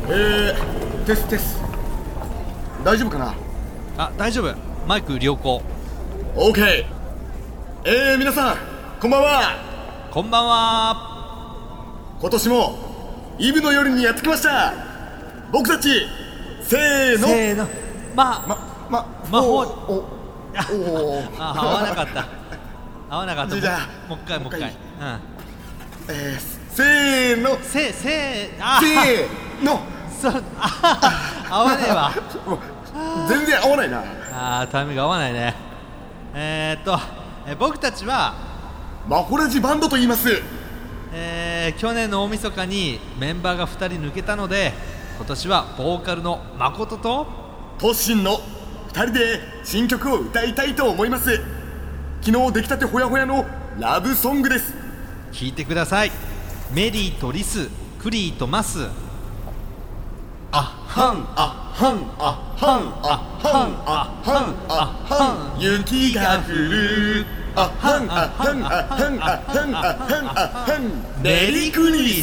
テステス。大丈夫かな？ あ、大丈夫。マイク良好。 OK。 皆さんこんばんは。 こんばんは。 今年もイブの夜にやってきました。僕たちせーのせーの。魔法。合わなかった合わなかった。 じゃあもう一回。 せーの。 せーの。 合わねえわ。 全然合わないな。 タイミング合わないね。僕たちはマホラジバンドと言います。 去年の大晦日にメンバーが2人抜けたので、今年はボーカルの誠とトッシンの2人で新曲を歌いたいと思います。昨日出来たてほやほやのラブソングです。 聴いてください。メリーとリス、クリーとマス。 あはんあはんあはんあはんあはんあはん、雪が降る。あはんあはんあはんあはんあはんあはん、メリークリス。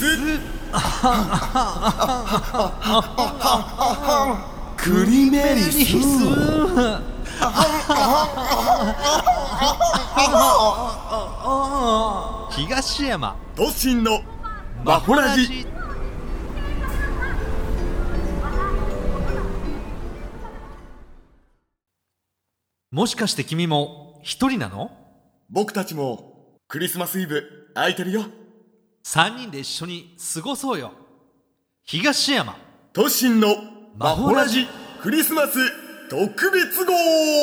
クリメリス。 東山都心のマホラジ。 もしかして君も一人なの？ 僕たちもクリスマスイブ空いてるよ。 3人で一緒に過ごそうよ。東山都心のマホラジクリスマス特別号。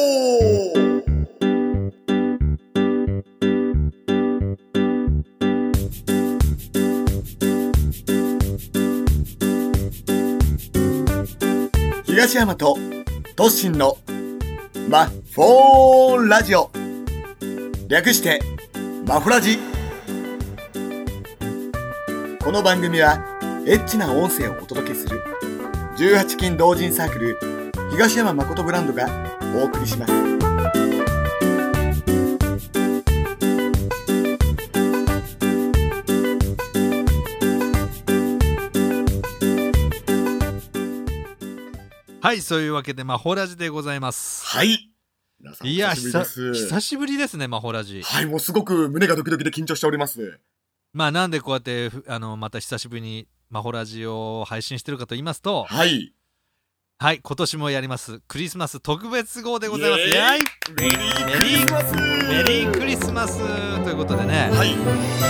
東山と都心のマフォーラジオ、略してマフラジ。この番組はエッチな音声をお届けする18金同人サークル東山誠ブランドがお送りします。 はい、そういうわけでマホラジでございます。 はい、皆さんいや、 久しぶりです。 久しぶりですね、マホラジ。 はい、もうすごく胸がドキドキで緊張しております。 なんでこうやってまた久しぶりにマホラジを配信してるかと言いますと、 はい、 今年もやりますクリスマス特別号でございます。イエーイ、 メリークリスマス。 メリークリスマスということでね、 はい、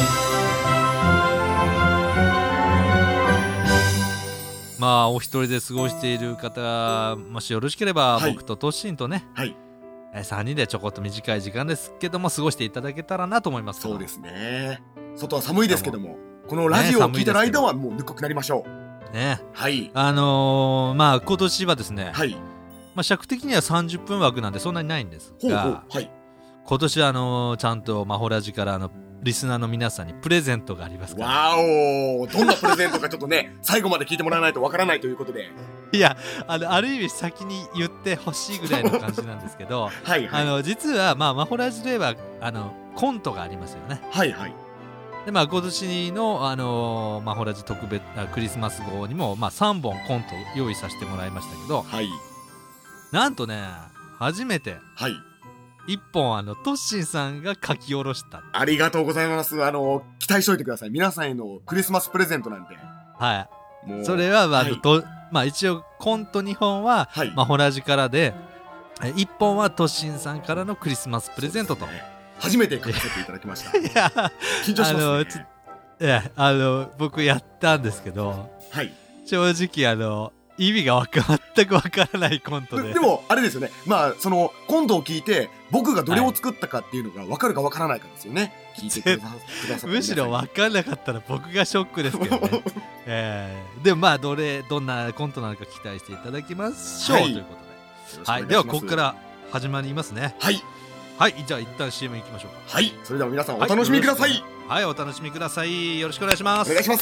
お一人で過ごしている方、もしよろしければ、 はい、 僕とトッシンとね、 はい、 3人でちょこっと短い時間ですけども過ごしていただけたらなと思います。 そうですね。外は寒いですけども、このラジオを聞いてる間はもうぬっこくなりましょうね。 はい、 今年はですね、 はい、 尺的には30分枠なんでそんなにないんですが、 はい、 今年はちゃんとマホラジからリスナーの皆さんにプレゼントがありますから。 わお、どんなプレゼントかちょっとね最後まで聞いてもらわないとわからないということで、 いや、ある意味先に言ってほしいぐらいの感じなんですけどはい、はい、 実はマホラジといえばコントがありますよね。 はい、はい、 で今年のマホラジ特別クリスマス号にも3本コント用意させてもらいましたけど、 はい、 なんとね初めてはい、 1本トッシンさんが書き下ろした。 ありがとうございます。期待しておいてください。皆さんへのクリスマスプレゼントなんで。 はい、 もうそれははい、 一応コント2本は、 はい、 マホラジからで1本はトッシンさんからのクリスマスプレゼントと、 初めて書かせていただきました。 いや緊張しますね。 僕やったんですけど、 はい、 正直意味が全くわからないコントででもあれですよね、そのコントを聞いて僕がどれを作ったかっていうのが分かるか分からないかですよね。聞いてくださったむしろ分かんなかったら僕がショックですけどねでもどんなコントなのか期待していただきましょう、ということで、はい、ではここから始まりますね。 はい、 はい、じゃあ一旦 CM 行きましょうか。 はい、それでは皆さんお楽しみください。 はい、お楽しみください。よろしくお願いします。 お願いします。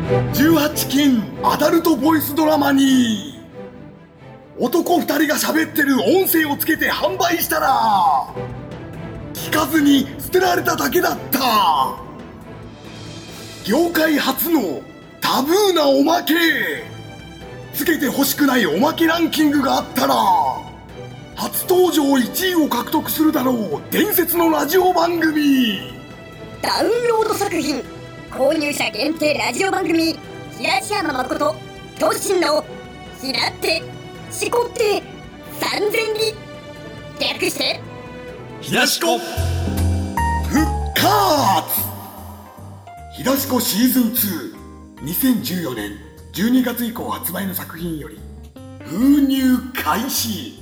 18禁アダルトボイスドラマに男2人が喋ってる音声をつけて販売したら聞かずに捨てられただけだった。業界初のタブーなおまけ、つけて欲しくないおまけランキングがあったら初登場1位を獲得するだろう伝説のラジオ番組。 ダウンロード作品購入者限定ラジオ番組、東山誠東進のひなってしこって3000里、略して東子復活。東子シーズン2、2014年12月以降発売の作品より封入開始。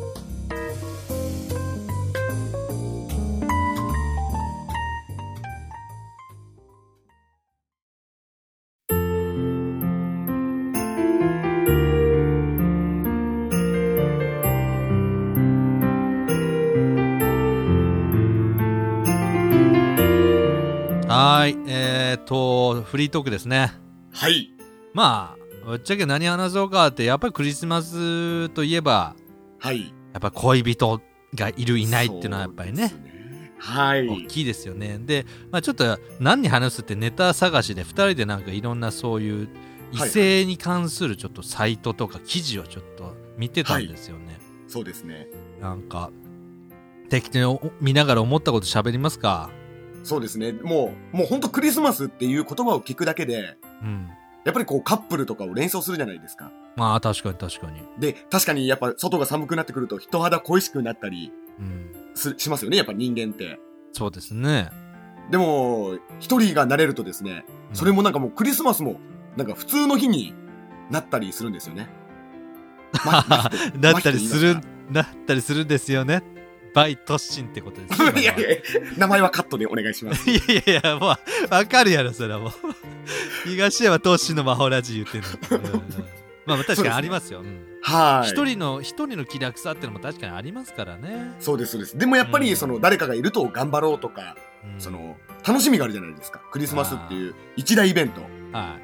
はい、フリートークですね。 はい。 まあぶっちゃけ何話そうかって、やっぱりクリスマスといえば、 はい。 やっぱ恋人がいるいないっていうのはやっぱりね、 はい。 大きいですよね。で、まあ、ちょっと何に話すってネタ探しで2人でなんかいろんなそういう異性に関するちょっとサイトとか記事をちょっと見てたんですよね。はい、 そうですね。 なんか適当に見ながら思ったこと喋りますか。 そうですね。もう本当クリスマスっていう言葉を聞くだけで、やっぱりこうカップルとかを連想するじゃないですか。 まあ確かに確かに。 で、確かにやっぱ外が寒くなってくると人肌恋しくなったりしますよね、やっぱ人間って。 そうですね。 でも一人がなれるとですね、それもなんかもうクリスマスもなんか普通の日になったりするんですよね。 なったりするんですよね。バイトッシンってことですね。 いやいや、名前はカットでお願いします。 いやいや、もうわかるやろそれはもう。東山トッシンの魔法ラジ言ってんの。まあ確かにありますよ。はい。一人の気楽さってのも確かにありますからね。 そうですそうです。でもやっぱりその誰かがいると頑張ろうとか、その楽しみがあるじゃないですか。クリスマスっていう一大イベント。はい。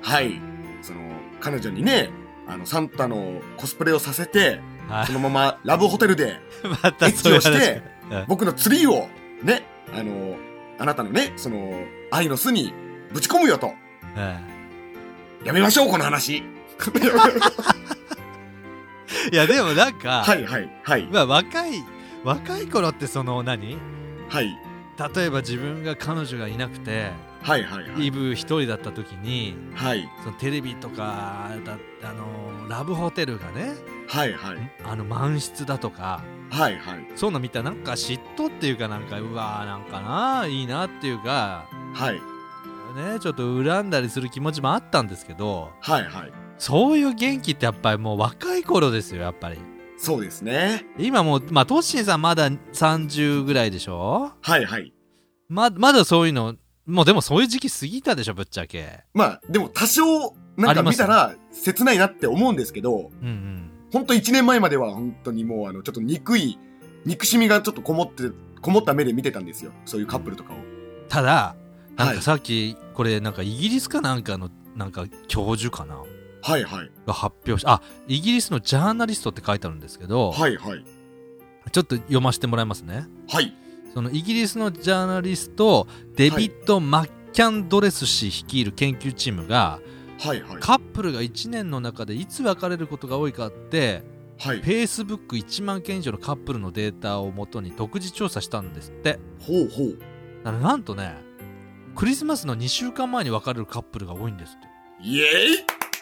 はい。その彼女にね、サンタのコスプレをさせて。そのままラブホテルでエッチをして僕のツリーをね、あなたのね、その愛の巣にぶち込むよと。やめましょうこの話。いやでもなんか、 はいはいはい。 まあ若い頃ってその何？ はい。 例えば自分が彼女がいなくて、 はいはいはい、 イブ一人だった時に、はい、そのテレビとかラブホテルがね、 はいはい、 満室だとか、はいはい、そういうの見たらなんか嫉妬っていうかなんかうわーなんかないいなっていうか、はいね、ちょっと恨んだりする気持ちもあったんですけど、はいはい、そういう元気ってやっぱりもう若い頃ですよやっぱり。 そうですね。 今もうまあトッシンさんまだ30ぐらいでしょ。はいはい。まだそういうのもうでもそういう時期過ぎたでしょぶっちゃけ。 まあでも多少なんか見たら切ないなって思うんですけど、うんうん、ほんと1年前までは本当にもうちょっと憎しみがちょっとこもった目で見てたんですよ、そういうカップルとかを。 ただなんかさっきこれなんかイギリスかなんかのなんか教授かな、はいはい、が発表し、イギリスのジャーナリストって書いてあるんですけど、はいはい、ちょっと読ませてもらいますね。はい。そのイギリスのジャーナリストデビッド・マッキャンドレス氏率いる研究チームが、はいはい、カップルが1年の中でいつ別れることが多いかって、はい、Facebook1 万件以上のカップルのデータをもとに独自調査したんですって。ほうほう。だからなんとね、クリスマスの2週間前に別れるカップルが多いんですって。イエーイ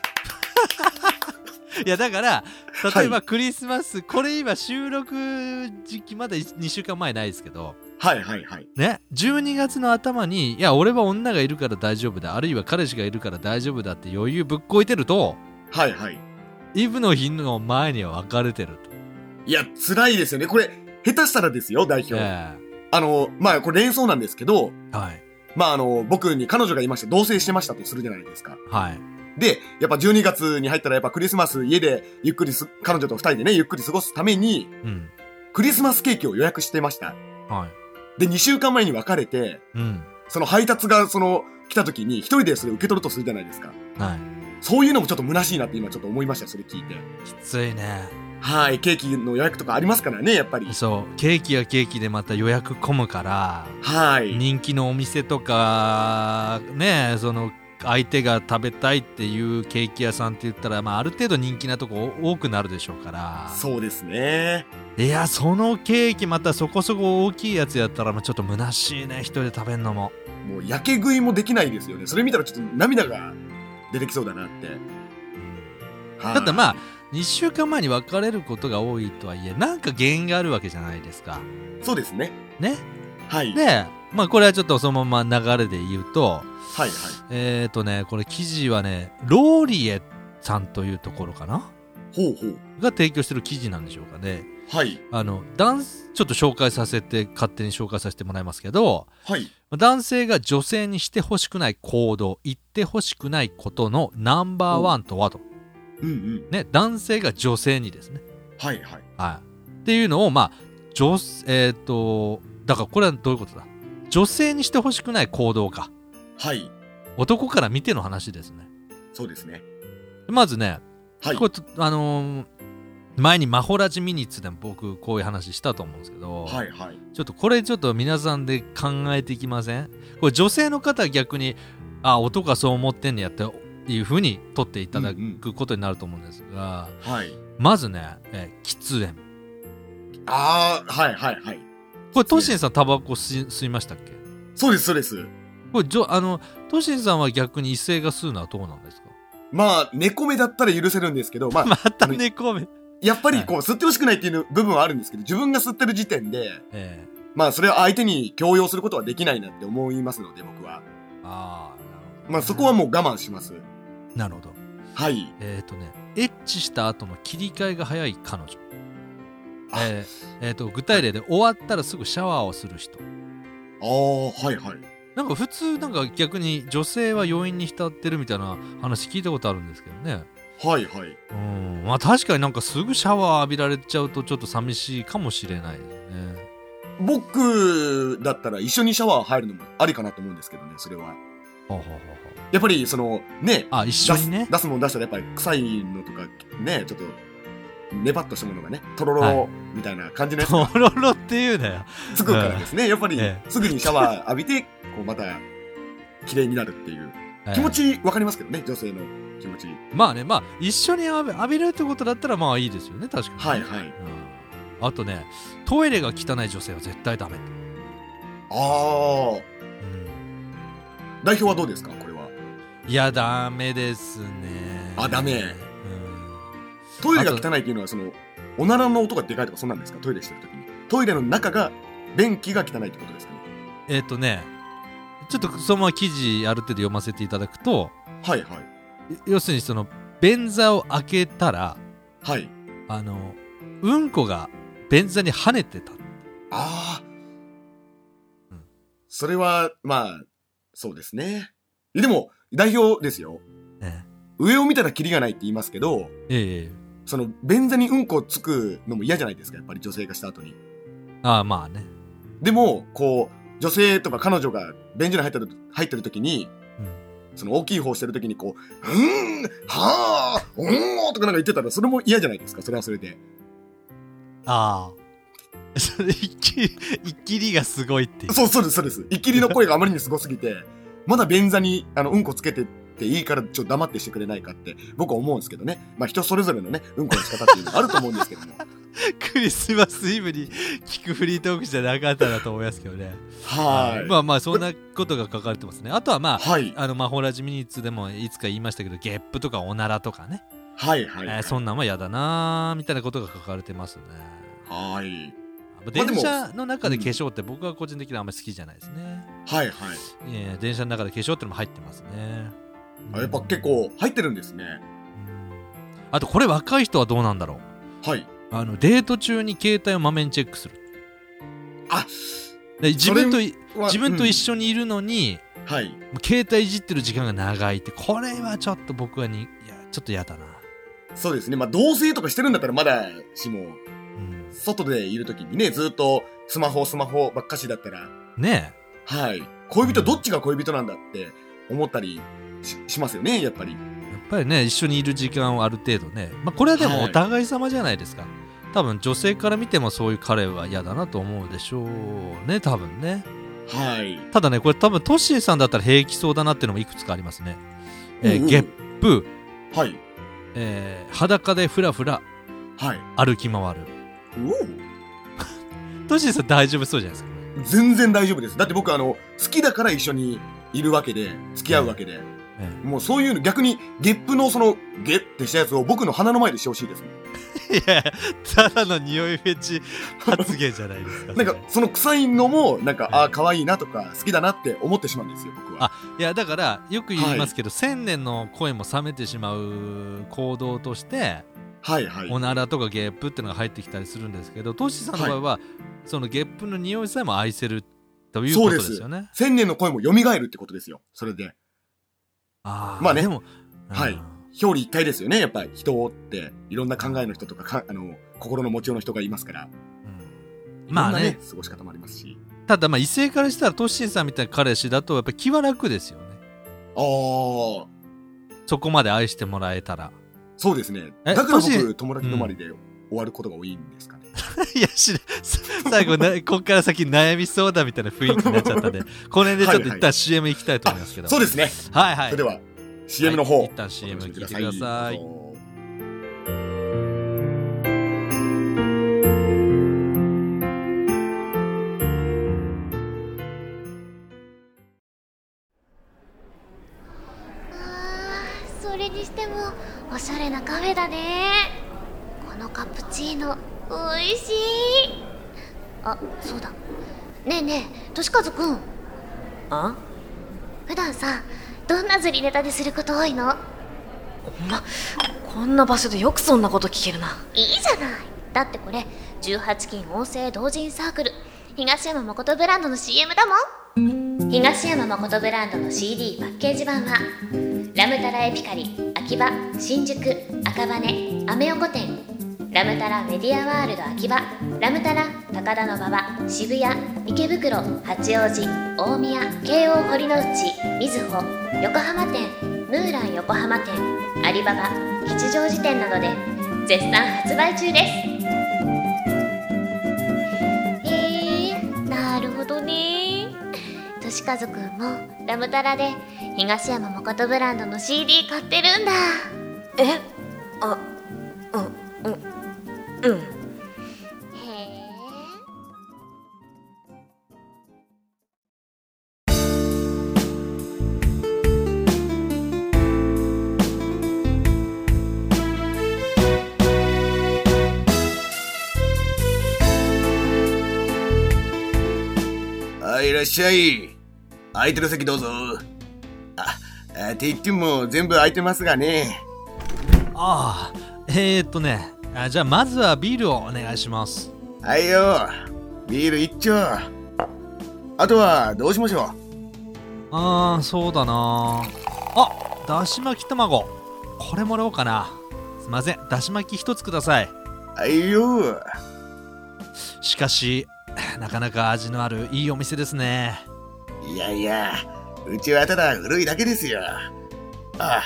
いやだから例えばクリスマス、はい、これ今収録時期まだ2週間前ないですけど、はいはいはいね、12月の頭にいや俺は女がいるから大丈夫だ、あるいは彼氏がいるから大丈夫だって余裕ぶっこいてると、はいはいイブの日の前には別れてると。 いや辛いですよねこれ。下手したらですよ代表、まあこれ連想なんですけど、はい、まあ僕に彼女がいまして同棲してましたとするじゃないですか。はいで、やっぱ12月に入ったらやっぱクリスマス家でゆっくり彼女と2人でねゆっくり過ごすために、うん、クリスマスケーキを予約してました。はい。で2週間前に別れて、うん、 その配達が来た時に一人でそれ受け取るとするじゃないですか。 はい。 そういうのもちょっと虚しいなって今ちょっと思いました、それ聞いて。 きついね。 はい、ケーキの予約とかありますからね、やっぱり。 そう、ケーキはケーキでまた予約混むから、 はい。 人気のお店とか、ね、相手が食べたいっていうケーキ屋さんって言ったら、ある程度人気なとこ多くなるでしょうから。 そうですね。 いや、そのケーキまたそこそこ大きいやつやったら、ちょっと虚しいね、一人で食べんのも。 もうやけ食いもできないですよね。それ見たらちょっと涙が出てきそうだなって。 だって2週間前に別れることが多いとはいえ、なんか原因があるわけじゃないですか。 そうですね。 ね。 はい。 で、これはちょっとそのまま流れで言うと、 はいはい。 これ記事はね、ローリエさんというところかな。 ほうほう。 が提供してる記事なんでしょうかね。 はい。 ちょっと勝手に紹介させてもらいますけど、 はい。 男性が女性にしてほしくない行動、言ってほしくないことのナンバーワンとはと。 うんうん。 ね、男性が女性にですね。 はいはい。 はい。っていうのを、だからこれはどういうことだ。女性にしてほしくない行動か。 はい。 男から見ての話ですね。 そうですね。 まずね、 はい。 これ前にマホラジミニッツでも僕こういう話したと思うんですけど、 はいはい。 ちょっと皆さんで考えていきません？これ女性の方は逆に、男はそう思ってんねやっていう風に取っていただくことになると思うんですが、 はい。 まずね、喫煙。 はいはいはい。 これトシンさんタバコ吸いましたっけ？ そうですそうです。 これトシンさんは逆に異性が吸うのはどうなんですか？ 猫目だったら許せるんですけど、 また猫目。 やっぱり吸ってほしくないっていう部分はあるんですけど、自分が吸ってる時点で、それは相手に強要することはできないなって思いますので、僕は。 なるほど。 そこはもう我慢します。 なるほど。 はい。 エッチした後の切り替えが早い彼女。具体例で終わったらすぐシャワーをする人。 はいはい。 なんか普通逆に女性は余韻に浸ってるみたいな話聞いたことあるんですけどね。 はいはい。 確かにすぐシャワー浴びられちゃうとちょっと寂しいかもしれないですね。 僕だったら一緒にシャワー入るのもありかなと思うんですけどね、それは。やっぱり一緒にね、出すもの出したらやっぱり臭いのとかね、ちょっとネバッとしたものがね、とろろみたいな感じのやつが、 とろろっていうのよ。 つくからですね、やっぱりすぐにシャワー浴びてまた綺麗になるっていう気持ちわかりますけどね、女性の気持ち。 一緒に浴びるってことだったらいいですよね、確かに。 はいはい。 あとね、トイレが汚い女性は絶対ダメ。 代表はどうですか、これは。 いや、ダメですね。 ダメ。トイレが汚いっていうのはおならの音がでかいとかそんなんですか、トイレしてるときに。トイレの中が便器が汚いってことですかね。 ちょっとそのまま記事ある程度読ませていただくと、 はいはい。 要するに便座を開けたら、 はい。 うんこが便座に跳ねてた。 それはそうですね。でも代表ですよ。上を見たらキリがないって言いますけど、便座にうんこつくのも嫌じゃないですか、やっぱり女性がした後に。 ね。 でも女性とか彼女が便所に入ってる時に、大きい方してる時にはーおーとか言ってたらそれも嫌じゃないですか、それはそれで。 それイッキリがすごいっていう。 そうです。イッキリの声があまりにすごすぎて、まだ便座にうんこつけてっていいからちょっと黙ってしてくれないかって僕は思うんですけどね。人それぞれのね、うんこの仕方っていうのがあると思うんですけども。 クリスマスイブに聞くフリートークじゃなかったなと思いますけどね。そんなことが書かれてますね。あとはマホラジミニッツでもいつか言いましたけど、ゲップとかおならとかね。そんなんは嫌だなみたいなことが書かれてますね。電車の中で化粧って僕は個人的にあんまり好きじゃないですね。電車の中で化粧ってのも入ってますね。 やっぱ結構入ってるんですね。 あとこれ若い人はどうなんだろう。デート中に携帯をまめにチェックする。自分と一緒にいるのに、携帯いじってる時間が長いって、これはちょっと僕はちょっと嫌だな。 そうですね。同棲とかしてるんだったらまだしも、外でいるときにね、ずっとスマホばっかしだったらね恋人どっちが恋人なんだって思ったり しますよね、やっぱり。 やっぱりね、一緒にいる時間をある程度ね、これはでもお互い様じゃないですか、多分女性から見てもそういう彼は嫌だなと思うでしょうね、多分ね。 はい。 ただね、これ多分トッシーさんだったら平気そうだなっていうのもいくつかありますね。ゲップ、 はい、 裸でフラフラ、 はい、 歩き回る。トッシーさん大丈夫そうじゃないですか。 全然大丈夫です。だって僕好きだから一緒にいるわけで、付き合うわけで、もうそういうの、逆にゲップのそのゲッってしたやつを僕の鼻の前でしてほしいですね。 いや、ただの匂いフェチ発言じゃないですか。 なんかその臭いのもなんか可愛いなとか好きだなって思ってしまうんですよ、僕は。 いやだからよく言いますけど、1000年の恋も冷めてしまう行動として、おならとかゲップっていうのが入ってきたりするんですけど、トッシーさんの場合は、そのゲップの匂いさえも愛せるということですよね。 1000年の恋も蘇るってことですよ、それで。まあね、でも、表裏一体ですよね、やっぱり人っていろんな考えの人とか心の持ちようの人がいますから、まあね、過ごし方もありますし。 ただ異性からしたらトッシーさんみたいな彼氏だとやっぱり気は楽ですよね。そこまで愛してもらえたら。 そうですね。だから僕友達止まりで終わることが多いんですかね。 いや最後こっから先悩みそうだみたいな雰囲気になっちゃったんでこの辺でちょっと一旦 CM 行きたいと思いますけど。 そうですね。 はいはい。 それではCM の方、 一旦 CM 聞いてください。 それにしてもおしゃれなカフェだね。このカプチーノおいしい。そうだ。ねえねえ、としかずくん。普段さ、どんな釣りネタですること多いの？ こんな場所でよくそんなこと聞けるな。 いいじゃない。だってこれ18金音声同人サークル東山誠ブランドの CM だもん。東山誠ブランドの CD パッケージ版はラムタラエピカリ、秋葉、新宿、赤羽、アメ横店、ラムタラメディアワールド秋葉、ラムタラ高田馬場、渋谷、池袋、八王子、大宮、京王堀之内、瑞穂、横浜店、ムーラン横浜店、アリババ、吉祥寺店などで絶賛発売中です。なるほどね。としかずくんもラムタラで東山誠ブランドの CD 買ってるんだ。へえ。 いらっしゃい。空いてる席どうぞ。って言っても全部空いてますがね。 じゃあまずはビールをお願いします。 はいよ、ビール一丁。あとはどうしましょう。そうだな。だし巻き卵、これもらおうかな。すいません、だし巻き一つください。 はいよ。 しかしなかなか味のあるいいお店ですね。 いやいや、うちはただ古いだけですよ。はい、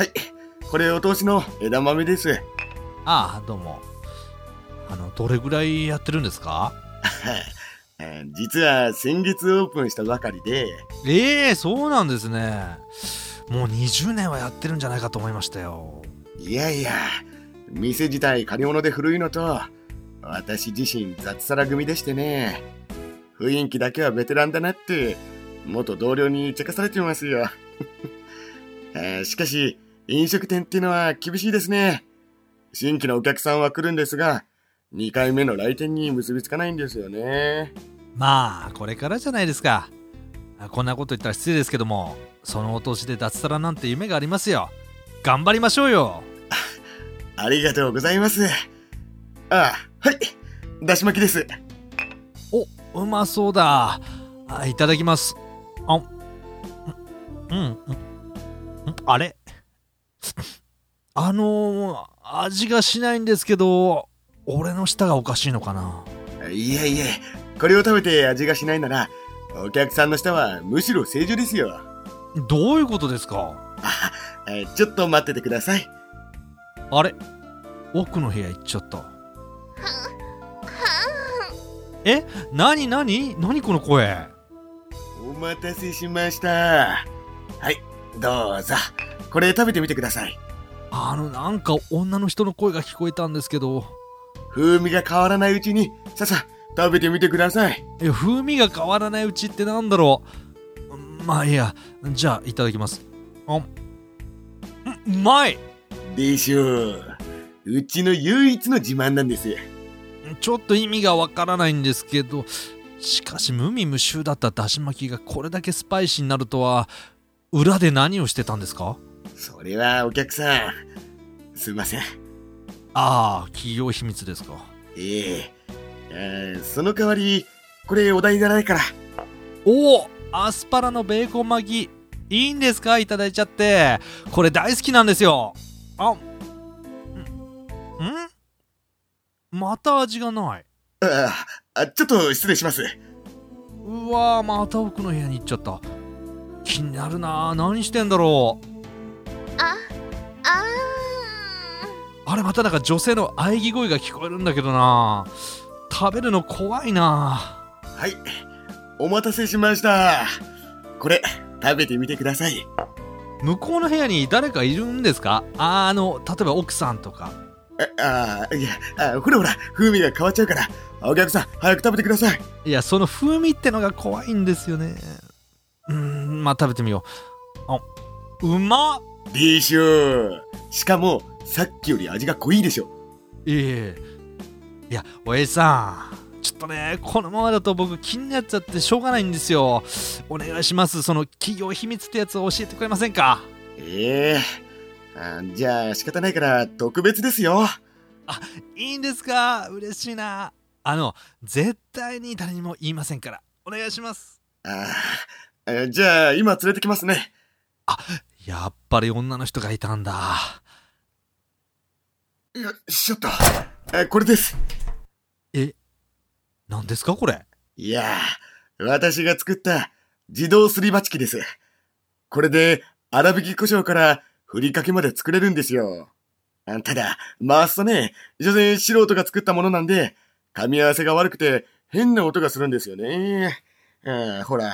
これお通しの枝豆です。 どうも。どれぐらいやってるんですか？ 実は先月オープンしたばかりで。そうなんですね。もう20年はやってるんじゃないかと思いましたよ。 いやいや、店自体借り物で古いのと、私自身雑サラ組でしてね、雰囲気だけはベテランだなって元同僚に茶化されてますよ。しかし飲食店っていうのは厳しいですね。新規のお客さんは来るんですが、2回目の来店に結びつかないんですよね。 まあこれからじゃないですか。こんなこと言ったら失礼ですけども、そのお年で脱サラなんて夢がありますよ。頑張りましょうよ。 ありがとうございます。はい、だし巻きです。 うまそうだ。いただきます。あれ味がしないんですけど、俺の舌がおかしいのかな。 いえいえ、これを食べて味がしないならお客さんの下はむしろ正常ですよ。 どういうことですか？ ちょっと待っててください。 あれ、奥の部屋行っちゃった。え、なにこの声。 お待たせしました。はい、どうぞ。これ食べてみてください。 なんか女の人の声が聞こえたんですけど。 風味が変わらないうちにさ食べてみてください。 風味が変わらないうちってなんだろう。まあいいや、じゃあいただきます。うまいでしょう。うちの唯一の自慢なんです。 ちょっと意味がわからないんですけど、しかし無味無臭だっただし巻きがこれだけスパイシーになるとは。裏で何をしてたんですか？ それはお客さん、すいません。 企業秘密ですか？ その代わりこれお代いらないから。 アスパラのベーコン巻きいいんですか？いただいちゃって。これ大好きなんですよ。また味がない。 ちょっと失礼します。 うわー、また奥の部屋に行っちゃった。気になるな。何してんだろう。あれ、またなんか女性の喘ぎ声が聞こえるんだけどな。食べるの怖いな。 はい、お待たせしました。これ食べてみてください。 向こうの部屋に誰かいるんですか？例えば奥さんとか。 ほら風味が変わっちゃうから、お客さん早く食べてください。 いや、その風味ってのが怖いんですよね。まあ食べてみよう。うまっでしょ。しかもさっきより味が濃いでしょ。 いや、おやじさん、ちょっとね、このままだと僕気になっちゃってしょうがないんですよ。お願いします。その企業秘密ってやつを教えてくれませんか？ じゃあ仕方ないから特別ですよ。 いいんですか？嬉しいな。絶対に誰にも言いませんからお願いします。 じゃあ今連れてきますね。 やっぱり女の人がいたんだ。 よいしょっと。これです。 何ですかこれ？ いや私が作った自動すり鉢機です。これで粗挽き胡椒からふりかけまで作れるんですよ。ただ回すとね、所詮素人が作ったものなんで噛み合わせが悪くて変な音がするんですよね。ほら。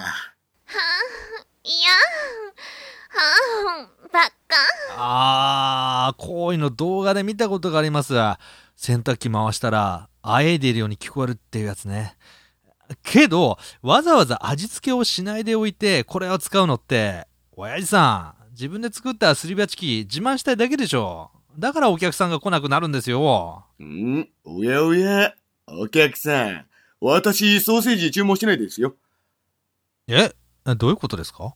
ばっか。 こういうの動画で見たことがあります。洗濯機回したらあえいでいるように聞こえるっていうやつね。けどわざわざ味付けをしないでおいてこれを使うのって、親父さん自分で作ったすり鉢機自慢したいだけでしょ。だからお客さんが来なくなるんですよ。 おやおや、お客さん、私ソーセージ注文してないですよ。 どういうことですか？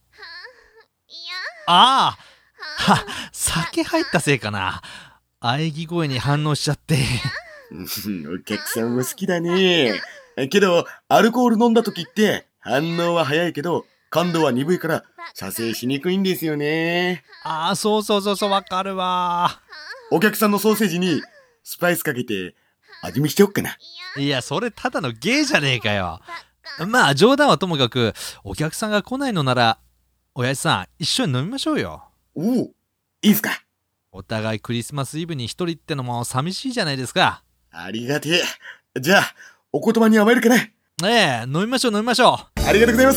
酒入ったせいかな。喘ぎ声に反応しちゃって。 お客さんも好きだね。けどアルコール飲んだ時って反応は早いけど感度は鈍いから射精しにくいんですよね。 そうわかるわ。 お客さんのソーセージにスパイスかけて味見しておっかな。 いや、それただの芸じゃねえかよ。まあ冗談はともかく、お客さんが来ないのなら親父さん一緒に飲みましょうよ。 いいっすか？ お互いクリスマスイブに一人ってのも寂しいじゃないですか。 ありがてえ。じゃあお言葉に甘えるかな。 飲みましょう。 ありがとうございます。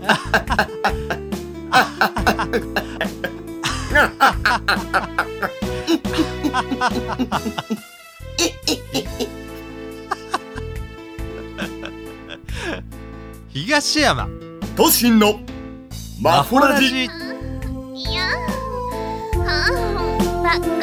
東山都心のマフォラジ。 ばっか。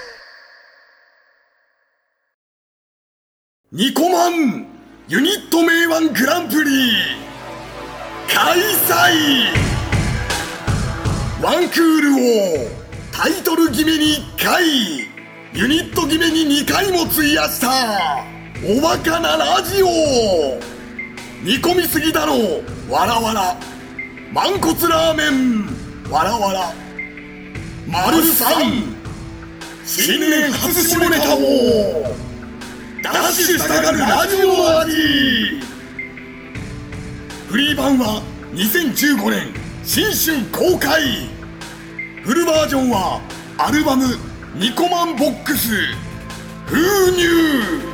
ニコマンユニット名腕グランプリ開催。ワンクールをタイトル決めに1回、ユニット決めに2回も費やしたおバカなラジオ。煮込みすぎだろわらわら。満骨ラーメンわらわら。丸3新年初下ネタをダッシュしたがるラジオ味。 フリー版は2015年新春公開。フルバージョンはアルバムニコマンボックス封入。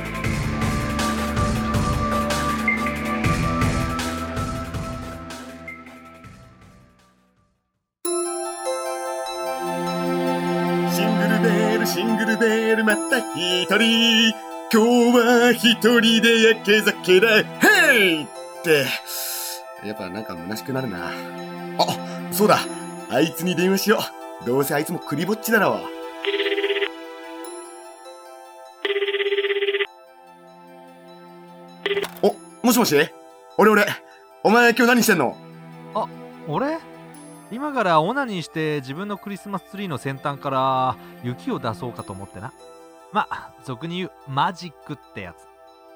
シングルベルまた一人、今日は一人でやけ酒だヘイってやっぱなんか虚しくなるな。あ、そうだ、あいつに電話しよう。どうせあいつもクリぼっちだろう。もしもし、俺お前今日何してんの？ あ、俺今からオナニーして自分のクリスマスツリーの先端から雪を出そうかと思ってな。まあ俗に言うマジックってやつ。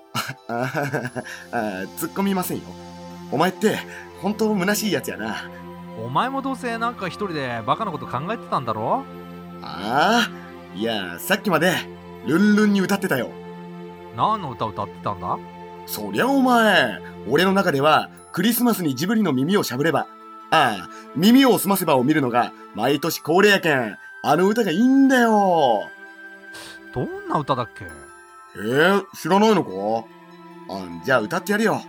突っ込みませんよ。お前って本当虚しいやつやな。 お前もどうせなんか一人でバカなこと考えてたんだろ？ ああ、いやさっきまでルンルンに歌ってたよ。 何の歌歌ってたんだ？ そりゃお前、俺の中ではクリスマスにジブリの耳をしゃぶれば、耳をすませばを見るのが毎年恒例やけん、あの歌がいいんだよ。 どんな歌だっけ？ 知らないのか？じゃあ歌ってやるよ。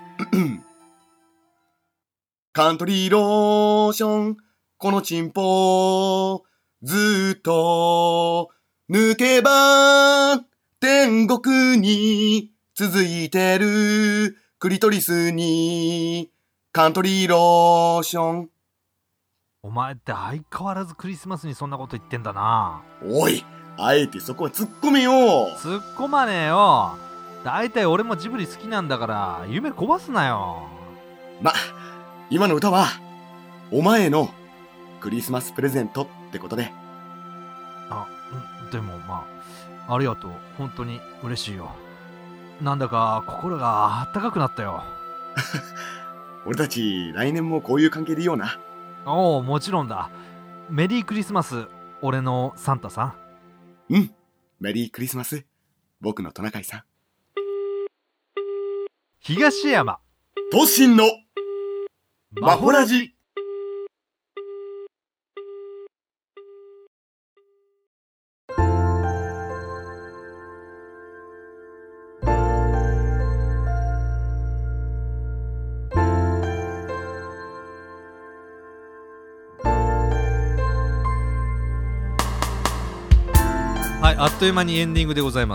カントリーローション、このチンポ、ずっと抜けば天国に続いてるクリトリスにカントリーローション。 お前って相変わらずクリスマスにそんなこと言ってんだな。 おい、あえてそこは突っ込めよ。 突っ込まねえよ。だいたい俺もジブリ好きなんだから夢壊すなよ。 今の歌はお前へのクリスマスプレゼントってことで。 でもありがとう。本当に嬉しいよ。なんだか心があったかくなったよ。 俺たち来年もこういう関係でいような。 おう、もちろんだ。メリークリスマス、俺のサンタさん。メリークリスマス、僕のトナカイさん。 東山都心のマホラジ。 はい、あっという間にエンディングでございます。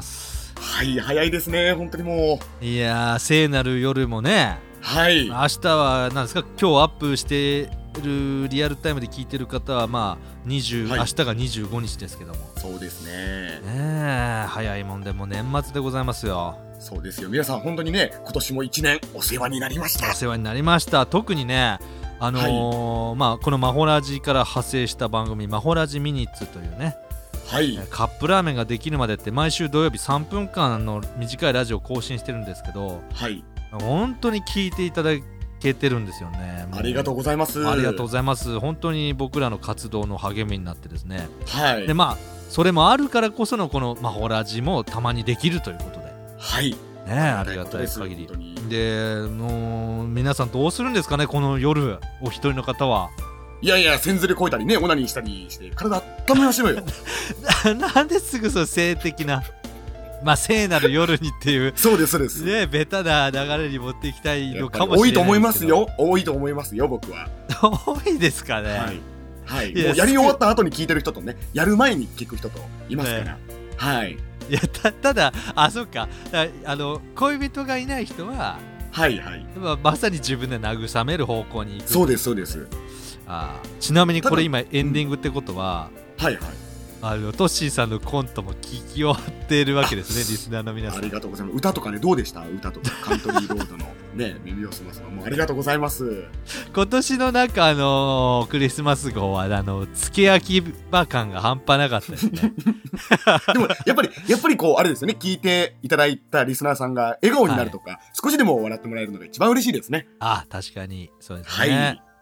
はい、早いですね、本当にもう。いやー、聖なる夜もね。 はい。 明日は何ですか、今日アップしてるリアルタイムで聞いてる方は明日が25日ですけども。 そうですね。 早いもんでも年末でございますよ。 そうですよ。皆さん本当にね、今年も1年お世話になりました。 お世話になりました。特にね、このマホラジから派生した番組、マホラジミニッツというね、 はい、 カップラーメンができるまでって毎週土曜日3分間の短いラジオを更新してるんですけど、 はい、 本当に聞いていただけてるんですよね。 ありがとうございます。 ありがとうございます。本当に僕らの活動の励みになってですね、 はい、 でそれもあるからこそのこのマホラジもたまにできるということで、 はいね、ありがたい限りで、もう皆さんどうするんですかね、この夜お一人の方は。 いや、千ずれこいたりね、オナニーしたりして体温めましょうよ。 なんですぐそう性的な、聖なる夜にっていうそうですそうですね、ベタな流れに持っていきたいのかもしれないですけど。 多いと思いますよ。多いと思いますよ、僕は。 多いですかね。 はい、もうやり終わった後に聞いてる人とね、やる前に聞く人といますから、はい。 いや、ただそっか、恋人がいない人は、 はい、 まさに自分で慰める方向に行く。 そうですそうです。 ちなみにこれ今エンディングってことは、 はいトッシーさんのコントも聞き終わっているわけですね。リスナーの皆さん、 ありがとうございます。歌とかね、どうでした？歌とかカントリーロードのね、耳をすますのもありがとうございます。 今年のクリスマス号は付け焼き場感が半端なかったですね。 でもやっぱりこうあれですよね、聞いていただいたリスナーさんが笑顔になるとか、少しでも笑ってもらえるのが一番嬉しいですね。 確かにそうですね。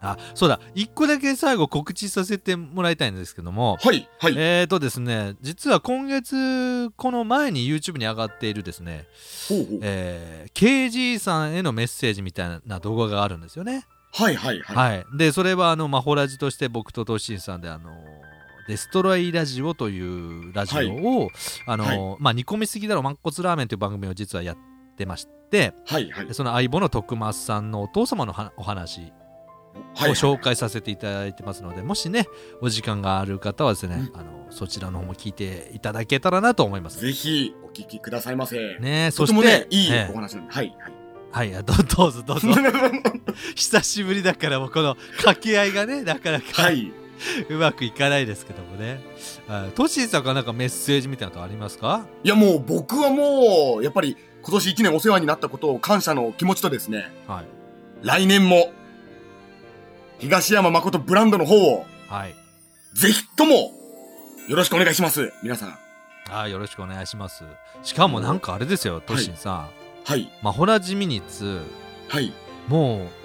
そうだ、一個だけ最後告知させてもらいたいんですけども、 はいはい。 ですね、実は今月この前に YouTube に上がっているですね、KG さんへのメッセージみたいな動画があるんですよね。 はいはいはい。 でそれはマホラジとして僕とトッシンさんでデストロイラジオというラジオを、煮込みすぎだろ満骨ラーメンという番組を実はやってまして、その相棒の徳松さんのお父様のお話を紹介させていただいてますので、もしねお時間がある方はですね、そちらの方も聞いていただけたらなと思います。 ぜひお聞きくださいませ。 ね、 そしてとてもね、いいお話なんで、 どうぞ久しぶりだからもうこの掛け合いがねなかなか、うまくいかないですけどもね。トッシーさんからなんかメッセージみたいなのありますか？ いやもう僕はもうやっぱり今年1年お世話になったことを感謝の気持ちとですね、来年も東山誠ブランドの方を、ぜひともよろしくお願いします。皆さん。よろしくお願いします。しかもなんかあれですよ、トッシンさん。マホラジミニッツ、もう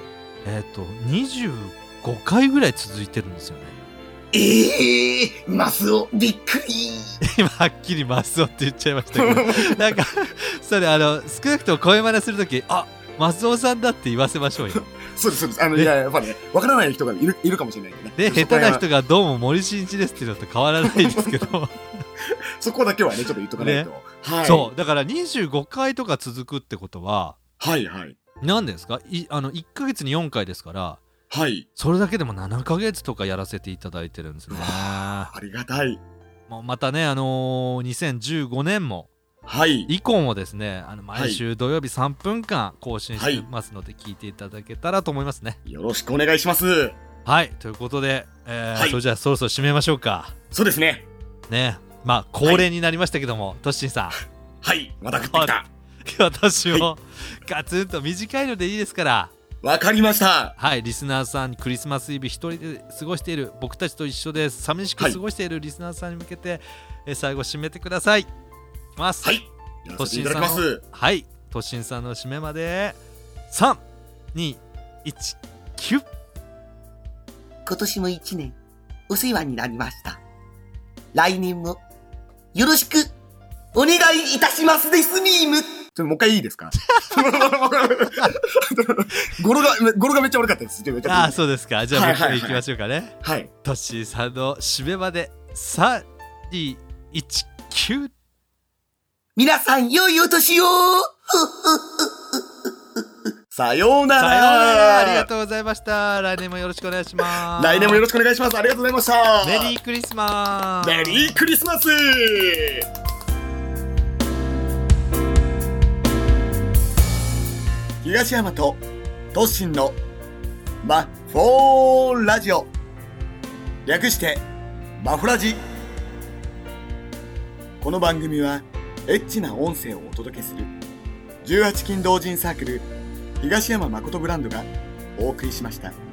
25回ぐらい続いてるんですよね。 マスオびっくり。 今はっきりマスオって言っちゃいましたけどなんかそれ少なくとも声真似するときマスオさんだって言わせましょうよ。 そうですそうです。いややっぱねわからない人がいるかもしれないんでね。 下手な人がどうも森進一ですっていうのと変わらないですけどそこだけはねちょっと言っとかないと、 そうだから25回とか続くってことは何ですか1ヶ月に4回ですから、それだけでも7ヶ月とかやらせていただいてるんですね。 ありがたい。 もうまたね2015年も以降もですね毎週土曜日3分間更新してますので、聞いていただけたらと思いますね。 よろしくお願いします。 ということで、それじゃあそろそろ締めましょうか。 そうですね。 恒例になりましたけども、トッシンさんまた食ってきた。 私もガツンと短いのでいいですから。 わかりました。 リスナーさん、クリスマスイブ一人で過ごしている僕たちと一緒で寂しく過ごしているリスナーさんに向けて、最後締めてください。 やらせていただきます。 トッシンさんの締めまで3、2、1、9。 今年も1年お世話になりました。来年もよろしくお願いいたしますですミーム。 もう一回いいですか？語呂がめっちゃ悪かったです。 そうですか。じゃあもう一回いきましょうかね。トッシーさんの締めまで3、2、1、9。 皆さん良いお年をさようなら。 ありがとうございました。来年もよろしくお願いします。 来年もよろしくお願いします。ありがとうございました。 メリークリスマス。 メリークリスマス。東山とトッシンのマフォーラジオ、略してマフラジ。この番組はエッチな音声をお届けする18禁同人サークル東山誠ブランドがお送りしました。